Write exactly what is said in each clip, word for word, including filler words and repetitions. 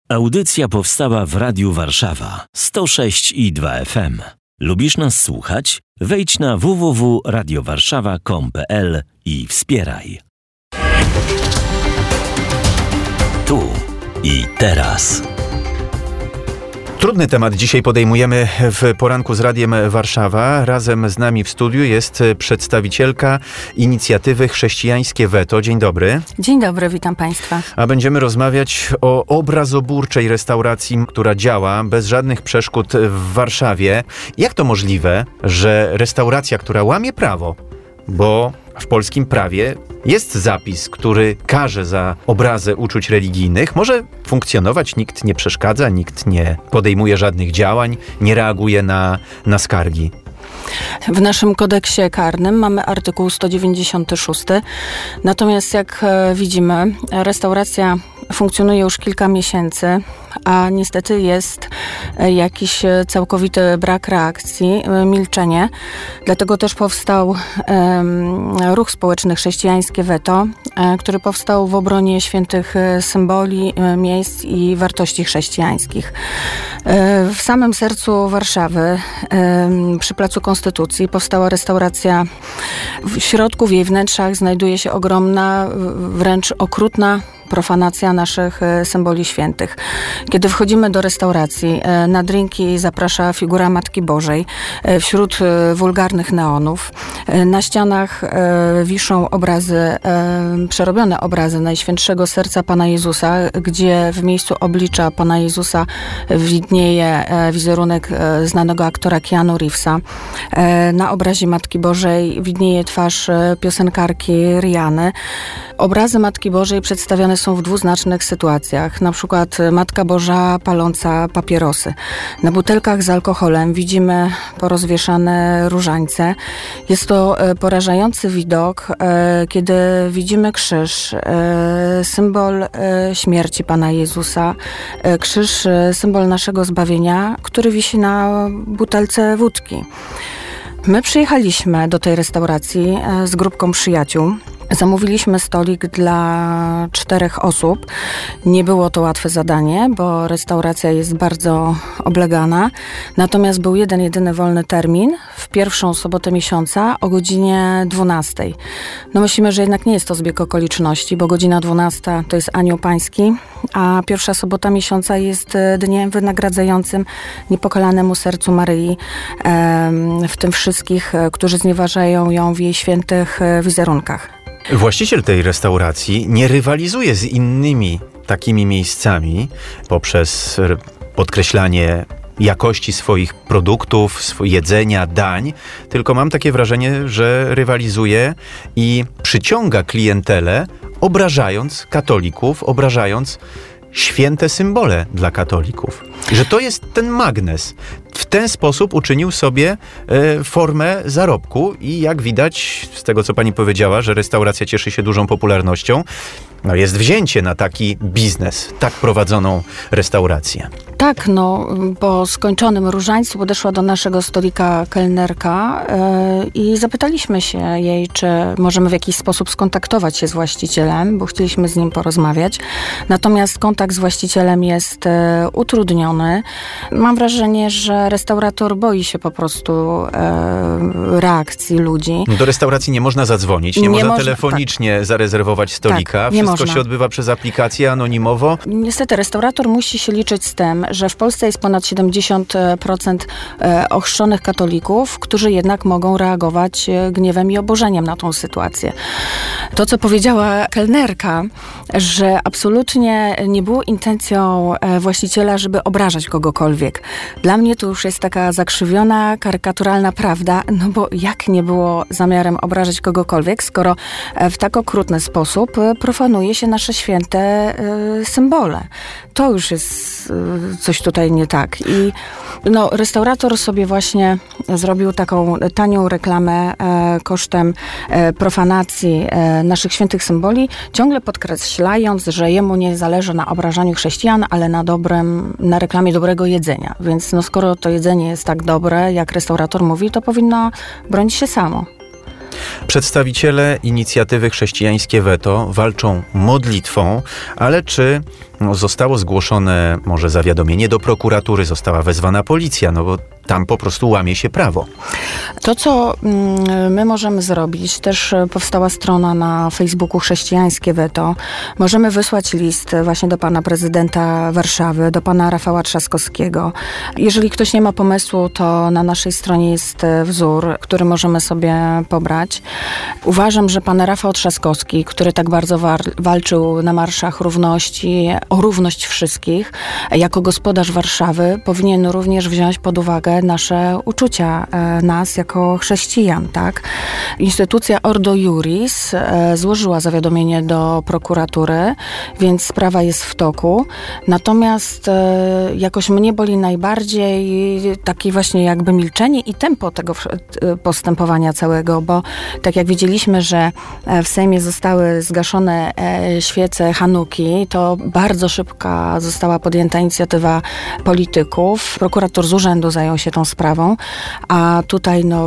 Audycja powstała w Radiu Warszawa sto sześć i dwa F M. Lubisz nas słuchać? Wejdź na w w w kropka radio warszawa kropka com kropka p l i wspieraj. Tu i teraz. Trudny temat dzisiaj podejmujemy w poranku z Radiem Warszawa. Razem z nami w studiu jest przedstawicielka inicjatywy Chrześcijańskie Weto. Dzień dobry. Dzień dobry, witam Państwa. A będziemy rozmawiać o obrazoburczej restauracji, która działa bez żadnych przeszkód w Warszawie. Jak to możliwe, że restauracja, która łamie prawo, bo w polskim prawie jest zapis, który karze za obrazę uczuć religijnych, może funkcjonować, nikt nie przeszkadza, nikt nie podejmuje żadnych działań, nie reaguje na, na skargi? W naszym kodeksie karnym mamy artykuł sto dziewięćdziesiąty szósty, natomiast jak widzimy, restauracja funkcjonuje już kilka miesięcy, a niestety jest jakiś całkowity brak reakcji, milczenie. Dlatego też powstał um, ruch społeczny Chrześcijańskie Weto, um, który powstał w obronie świętych symboli, um, miejsc i wartości chrześcijańskich. Um, w samym sercu Warszawy, um, przy Placu Konstytucji, powstała restauracja. W środku, w jej wnętrzach znajduje się ogromna, wręcz okrutna profanacja naszych symboli świętych. Kiedy wchodzimy do restauracji, na drinki zaprasza figura Matki Bożej wśród wulgarnych neonów. Na ścianach wiszą obrazy, przerobione obrazy Najświętszego Serca Pana Jezusa, gdzie w miejscu oblicza Pana Jezusa widnieje wizerunek znanego aktora Keanu Reevesa. Na obrazie Matki Bożej widnieje twarz piosenkarki Riany. Obrazy Matki Bożej przedstawiane są w dwuznacznych sytuacjach. Na przykład Matka Boża paląca papierosy. Na butelkach z alkoholem widzimy porozwieszane różańce. Jest to porażający widok, kiedy widzimy krzyż, symbol śmierci Pana Jezusa, krzyż, symbol naszego zbawienia, który wisi na butelce wódki. My przyjechaliśmy do tej restauracji z grupką przyjaciół. Zamówiliśmy stolik dla czterech osób. Nie było to łatwe zadanie, bo restauracja jest bardzo oblegana. Natomiast był jeden, jedyny wolny termin w pierwszą sobotę miesiąca o godzinie dwunastej. No myślimy, że jednak nie jest to zbieg okoliczności, bo godzina dwunasta to jest Anioł Pański, a pierwsza sobota miesiąca jest dniem wynagradzającym niepokalanemu sercu Maryi, w tym wszystkich, którzy znieważają ją w jej świętych wizerunkach. Właściciel tej restauracji nie rywalizuje z innymi takimi miejscami poprzez podkreślanie jakości swoich produktów, swojego jedzenia, dań, tylko mam takie wrażenie, że rywalizuje i przyciąga klientelę, obrażając katolików, obrażając święte symbole dla katolików. Że to jest ten magnes. W ten sposób uczynił sobie e, formę zarobku i jak widać z tego, co pani powiedziała, że restauracja cieszy się dużą popularnością, no jest wzięcie na taki biznes, tak prowadzoną restaurację. Tak, no po skończonym różańcu podeszła do naszego stolika kelnerka yy, i zapytaliśmy się jej, czy możemy w jakiś sposób skontaktować się z właścicielem, bo chcieliśmy z nim porozmawiać. Natomiast kontakt z właścicielem jest yy, utrudniony. Mam wrażenie, że restaurator boi się po prostu yy, reakcji ludzi. Do restauracji nie można zadzwonić, nie, nie można moż- telefonicznie tak. zarezerwować stolika. Tak, Wszystko można. się odbywa przez aplikację anonimowo. Niestety restaurator musi się liczyć z tym, że w Polsce jest ponad siedemdziesiąt procent ochrzczonych katolików, którzy jednak mogą reagować gniewem i oburzeniem na tą sytuację. To, co powiedziała kelnerka, że absolutnie nie było intencją właściciela, żeby obrażać kogokolwiek. Dla mnie to już jest taka zakrzywiona, karykaturalna prawda, no bo jak nie było zamiarem obrażać kogokolwiek, skoro w tak okrutny sposób profanuje się nasze święte y, symbole. To już jest y, coś tutaj nie tak. I no, restaurator sobie właśnie zrobił taką tanią reklamę e, kosztem e, profanacji e, naszych świętych symboli, ciągle podkreślając, że jemu nie zależy na obrażaniu chrześcijan, ale na dobrym, na reklamie dobrego jedzenia. Więc no, skoro to jedzenie jest tak dobre, jak restaurator mówi, to powinno bronić się samo. Przedstawiciele inicjatywy Chrześcijańskie Weto walczą modlitwą, ale czy no, zostało zgłoszone może zawiadomienie do prokuratury, została wezwana policja, no bo tam po prostu łamie się prawo. To, co my możemy zrobić, też powstała strona na Facebooku Chrześcijańskie Weto. Możemy wysłać list właśnie do pana prezydenta Warszawy, do pana Rafała Trzaskowskiego. Jeżeli ktoś nie ma pomysłu, to na naszej stronie jest wzór, który możemy sobie pobrać. Uważam, że pan Rafał Trzaskowski, który tak bardzo war- walczył na marszach równości, o równość wszystkich, jako gospodarz Warszawy powinien również wziąć pod uwagę nasze uczucia, e, nas jako chrześcijan, tak? Instytucja Ordo Iuris e, złożyła zawiadomienie do prokuratury, więc sprawa jest w toku. Natomiast e, jakoś mnie boli najbardziej takie właśnie jakby milczenie i tempo tego e, postępowania całego, bo tak jak widzieliśmy, że w Sejmie zostały zgaszone e, świece Hanuki, to bardzo szybka została podjęta inicjatywa polityków. Prokurator z urzędu zajął się tą sprawą, a tutaj no,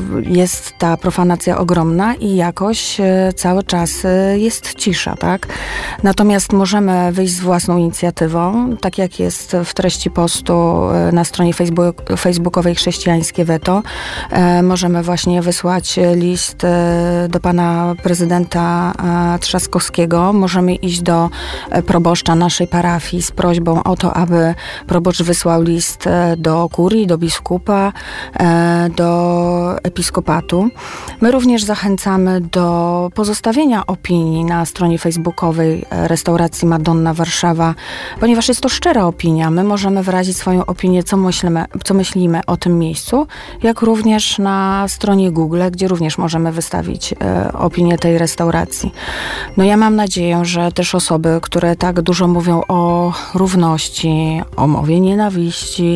jest ta profanacja ogromna i jakoś e, cały czas e, jest cisza, tak? Natomiast możemy wyjść z własną inicjatywą, tak jak jest w treści postu e, na stronie Facebook, facebookowej Chrześcijańskie Weto. E, możemy właśnie wysłać list e, do pana prezydenta e, Trzaskowskiego. Możemy iść do e, proboszcza naszej parafii z prośbą o to, aby proboszcz wysłał list e, do kurii, do biskupa, e, do episkopatu. My również zachęcamy do pozostawienia opinii na stronie facebookowej restauracji Madonna Warszawa, ponieważ jest to szczera opinia. My możemy wyrazić swoją opinię, co myślimy, co myślimy o tym miejscu, jak również na stronie Google, gdzie również możemy wystawić e, opinię tej restauracji. No ja mam nadzieję, że też osoby, które tak dużo mówią o równości, o mowie nienawiści,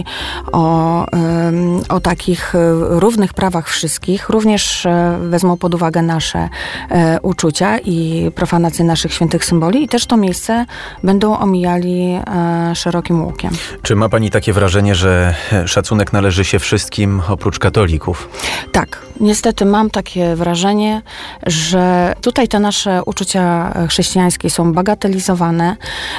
o, ym, o takich równych prawach wszystkich, również e, wezmą pod uwagę nasze e, uczucia i profanację naszych świętych symboli i też to miejsce będą omijali e, szerokim łukiem. Czy ma pani takie wrażenie, że szacunek należy się wszystkim oprócz katolików? Tak, niestety mam takie wrażenie, że tutaj te nasze uczucia chrześcijańskie są bagatelizowane,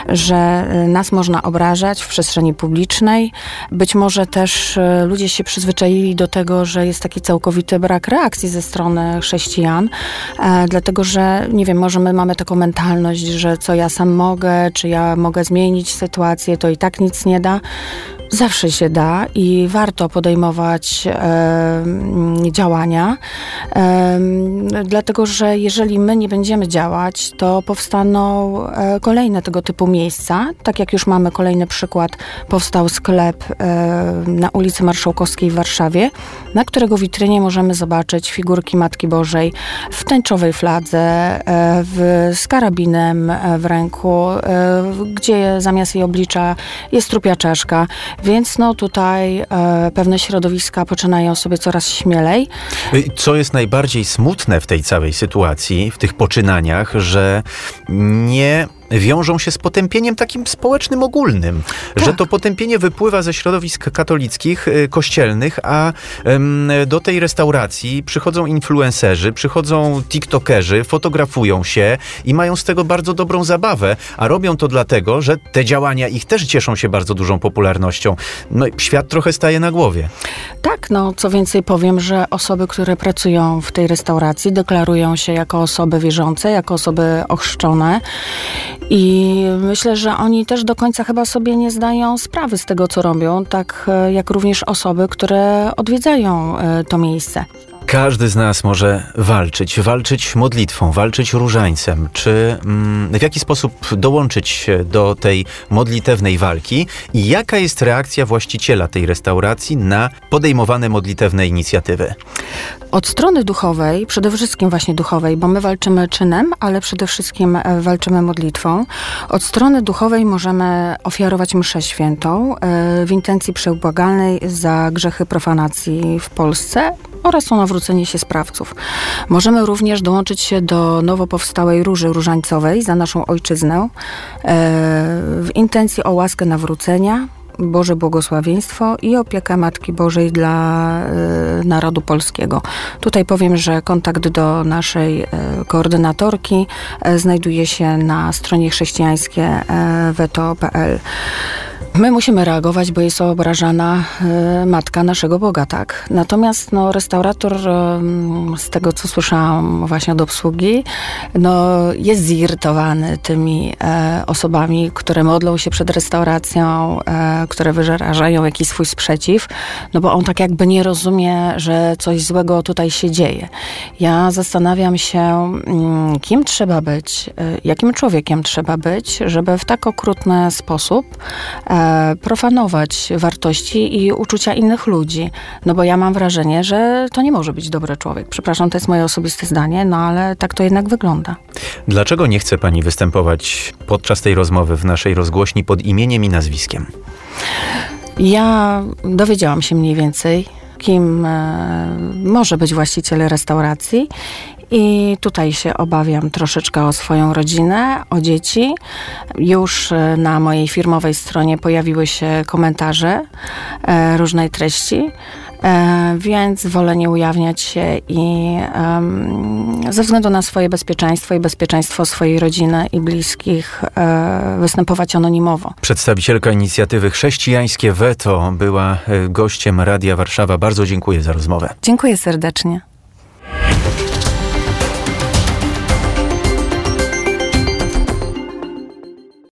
że nas można obrażać w przestrzeni publicznej. Być może też ludzie się przyzwyczaili do tego, że jest taki całkowity brak reakcji ze strony chrześcijan, e, dlatego że, nie wiem, może my mamy taką mentalność, że co ja sam mogę, czy ja mogę zmienić sytuację, to i tak nic nie da. Zawsze się da i warto podejmować e, działania, e, dlatego że jeżeli my nie będziemy działać, to powstaną e, kolejne tego typu miejsca. Tak jak już mamy kolejny przykład, powstał sklep e, na ulicy Marszałkowskiej w Warszawie, na którego witrynie możemy zobaczyć figurki Matki Bożej w tęczowej fladze, e, w, z karabinem w ręku, e, gdzie zamiast jej oblicza jest trupia czaszka. Więc no tutaj e, pewne środowiska poczynają sobie coraz śmielej. Co jest najbardziej smutne w tej całej sytuacji, w tych poczynaniach, że nie wiążą się z potępieniem takim społecznym, ogólnym. Tak. Że to potępienie wypływa ze środowisk katolickich, kościelnych, a ym, do tej restauracji przychodzą influencerzy, przychodzą tiktokerzy, fotografują się i mają z tego bardzo dobrą zabawę, a robią to dlatego, że te działania ich też cieszą się bardzo dużą popularnością. No, świat trochę staje na głowie. Tak, no co więcej powiem, że osoby, które pracują w tej restauracji, deklarują się jako osoby wierzące, jako osoby ochrzczone. I myślę, że oni też do końca chyba sobie nie zdają sprawy z tego, co robią, tak jak również osoby, które odwiedzają to miejsce. Każdy z nas może walczyć, walczyć modlitwą, walczyć różańcem. Czy mm, w jaki sposób dołączyć się do tej modlitewnej walki i jaka jest reakcja właściciela tej restauracji na podejmowane modlitewne inicjatywy? Od strony duchowej, przede wszystkim właśnie duchowej, bo my walczymy czynem, ale przede wszystkim walczymy modlitwą. Od strony duchowej możemy ofiarować mszę świętą w intencji przebłagalnej za grzechy profanacji w Polsce oraz o nawrócenie się sprawców. Możemy również dołączyć się do nowo powstałej Róży Różańcowej za naszą ojczyznę w intencji o łaskę nawrócenia, Boże błogosławieństwo i opiekę Matki Bożej dla y, narodu polskiego. Tutaj powiem, że kontakt do naszej y, koordynatorki y, znajduje się na stronie chrześcijańskie weto kropka pe el. My musimy reagować, bo jest obrażana y, matka naszego Boga, tak. Natomiast no, restaurator, y, z tego co słyszałam właśnie od obsługi, no, jest zirytowany tymi e, osobami, które modlą się przed restauracją, e, które wyrażają jakiś swój sprzeciw, no bo on tak jakby nie rozumie, że coś złego tutaj się dzieje. Ja zastanawiam się, y, kim trzeba być, y, jakim człowiekiem trzeba być, żeby w tak okrutny sposób e, profanować wartości i uczucia innych ludzi. No bo ja mam wrażenie, że to nie może być dobry człowiek. Przepraszam, to jest moje osobiste zdanie, no ale tak to jednak wygląda. Dlaczego nie chce pani występować podczas tej rozmowy w naszej rozgłośni pod imieniem i nazwiskiem? Ja dowiedziałam się mniej więcej, kim e, może być właściciel restauracji. I tutaj się obawiam troszeczkę o swoją rodzinę, o dzieci. Już na mojej firmowej stronie pojawiły się komentarze e, różnej treści, e, więc wolę nie ujawniać się i e, ze względu na swoje bezpieczeństwo i bezpieczeństwo swojej rodziny i bliskich e, występować anonimowo. Przedstawicielka inicjatywy Chrześcijańskie Weto była gościem Radia Warszawa. Bardzo dziękuję za rozmowę. Dziękuję serdecznie.